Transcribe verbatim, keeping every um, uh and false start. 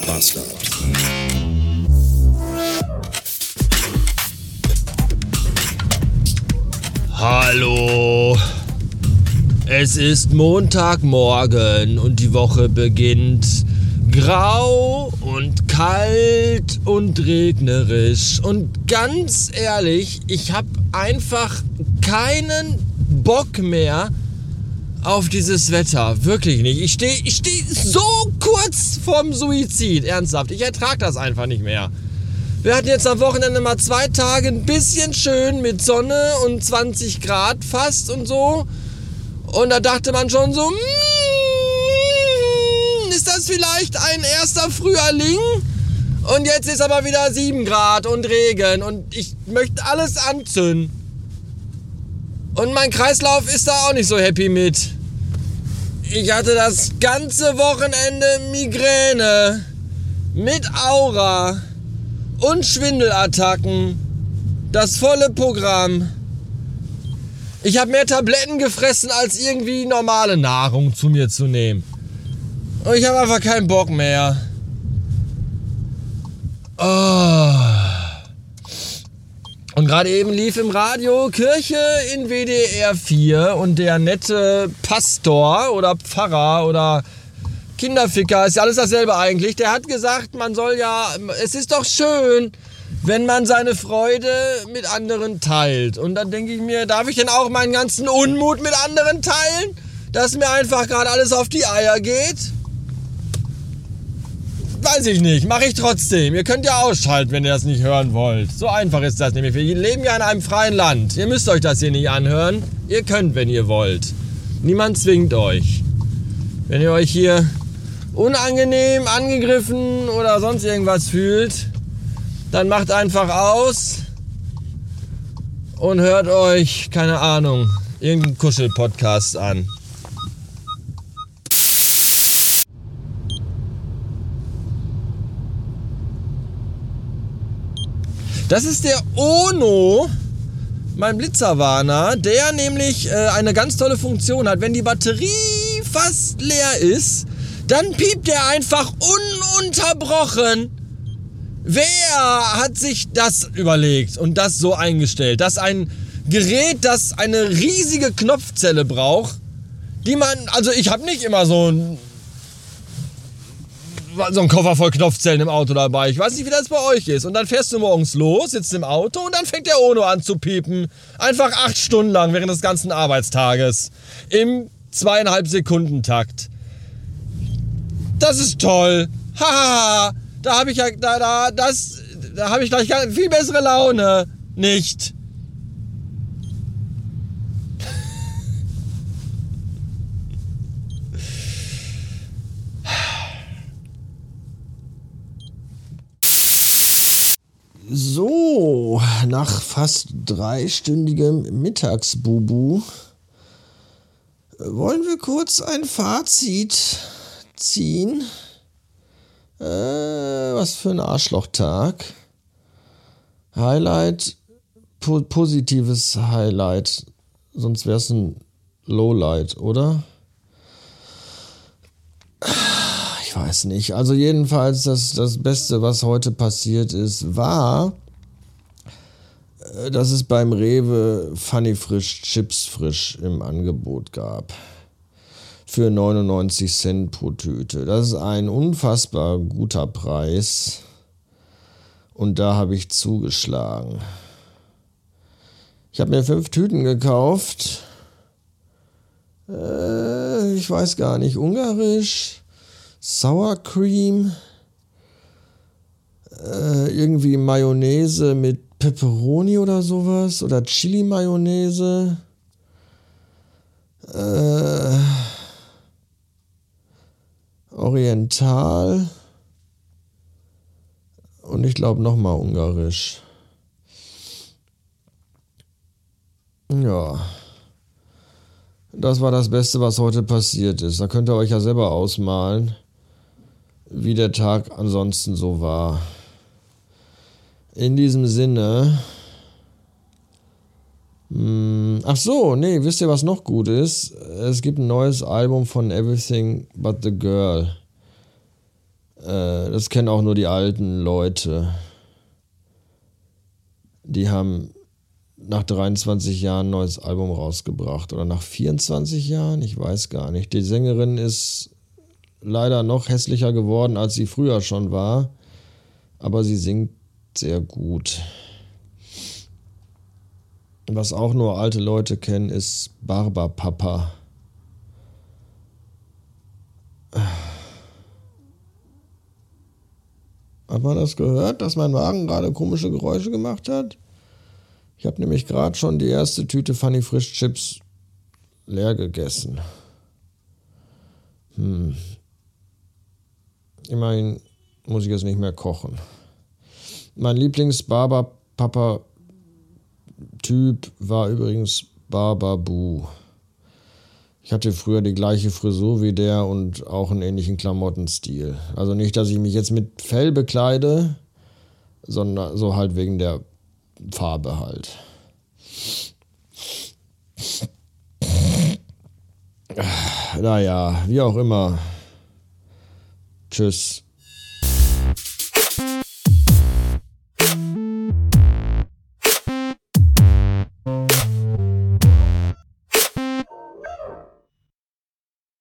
Bastard. Hallo, es ist Montagmorgen und die Woche beginnt grau und kalt und regnerisch und ganz ehrlich, ich habe einfach keinen Bock mehr auf dieses Wetter, wirklich nicht. Ich stehe ich steh so kurz vorm Suizid, ernsthaft, ich ertrage das einfach nicht mehr. Wir hatten jetzt am Wochenende mal zwei Tage ein bisschen schön mit Sonne und zwanzig Grad fast und so. Und da dachte man schon so, mm, ist das vielleicht ein erster Frühling? Und jetzt ist aber wieder sieben Grad und Regen und ich möchte alles anzünden. Und mein Kreislauf ist da auch nicht so happy mit. Ich hatte das ganze Wochenende Migräne mit Aura und Schwindelattacken, das volle Programm. Ich habe mehr Tabletten gefressen, als irgendwie normale Nahrung zu mir zu nehmen. Und ich habe einfach keinen Bock mehr. Oh. Und gerade eben lief im Radio Kirche in W D R vier und der nette Pastor oder Pfarrer oder Kinderficker, ist ja alles dasselbe eigentlich, der hat gesagt, man soll ja, es ist doch schön, wenn man seine Freude mit anderen teilt. Und dann denke ich mir, darf ich denn auch meinen ganzen Unmut mit anderen teilen? Dass mir einfach gerade alles auf die Eier geht? Weiß ich nicht, mache ich trotzdem. Ihr könnt ja ausschalten, wenn ihr das nicht hören wollt. So einfach ist das nämlich. Wir leben ja in einem freien Land. Ihr müsst euch das hier nicht anhören. Ihr könnt, wenn ihr wollt. Niemand zwingt euch. Wenn ihr euch hier unangenehm, angegriffen oder sonst irgendwas fühlt, dann macht einfach aus und hört euch, keine Ahnung, irgendeinen Kuschel-Podcast an. Das ist der Ono, mein Blitzerwarner, der nämlich äh, eine ganz tolle Funktion hat. Wenn die Batterie fast leer ist, dann piept er einfach ununterbrochen. Wer hat sich das überlegt und das so eingestellt, dass ein Gerät, das eine riesige Knopfzelle braucht, die man, also ich habe nicht immer so ein, so ein Koffer voll Knopfzellen im Auto dabei. Ich weiß nicht, wie das bei euch ist. Und dann fährst du morgens los, sitzt im Auto und dann fängt der Ono an zu piepen. Einfach acht Stunden lang während des ganzen Arbeitstages. Im zweieinhalb Sekunden Takt. Das ist toll. Haha. Da habe ich ja, da, da, das, da habe ich gleich viel bessere Laune. Nicht. So, nach fast dreistündigem Mittagsbubu wollen wir kurz ein Fazit ziehen. Äh, was für ein Arschlochtag. Highlight, po- positives Highlight, sonst wäre es ein Lowlight, oder? Ich weiß nicht. Also jedenfalls das, das Beste, was heute passiert ist, war, dass es beim Rewe Funny Frisch Chips frisch im Angebot gab. Für neunundneunzig Cent pro Tüte. Das ist ein unfassbar guter Preis. Und da habe ich zugeschlagen. Ich habe mir fünf Tüten gekauft. Äh, ich weiß gar nicht. Ungarisch. Sour Cream. Äh, irgendwie Mayonnaise mit Pepperoni oder sowas. Oder Chili-Mayonnaise. Äh... Oriental und ich glaube nochmal Ungarisch. Ja, das war das Beste, was heute passiert ist. Da könnt ihr euch ja selber ausmalen, wie der Tag ansonsten so war. In diesem Sinne, ach so, nee, wisst ihr, was noch gut ist? Es gibt ein neues Album von Everything But The Girl. Äh, das kennen auch nur die alten Leute. Die haben nach dreiundzwanzig Jahren ein neues Album rausgebracht. Oder nach vierundzwanzig Jahren? Ich weiß gar nicht. Die Sängerin ist leider noch hässlicher geworden, als sie früher schon war. Aber sie singt sehr gut. Was auch nur alte Leute kennen, ist Barbapapa. Hat man das gehört, dass mein Magen gerade komische Geräusche gemacht hat? Ich habe nämlich gerade schon die erste Tüte Funny Frisch Chips leer gegessen. Hm. Immerhin muss ich jetzt nicht mehr kochen. Mein Lieblings-Barbapapa-Typ war übrigens Barbabu. Ich hatte früher die gleiche Frisur wie der und auch einen ähnlichen Klamottenstil. Also nicht, dass ich mich jetzt mit Fell bekleide, sondern so halt wegen der Farbe halt. Naja, wie auch immer. Tschüss.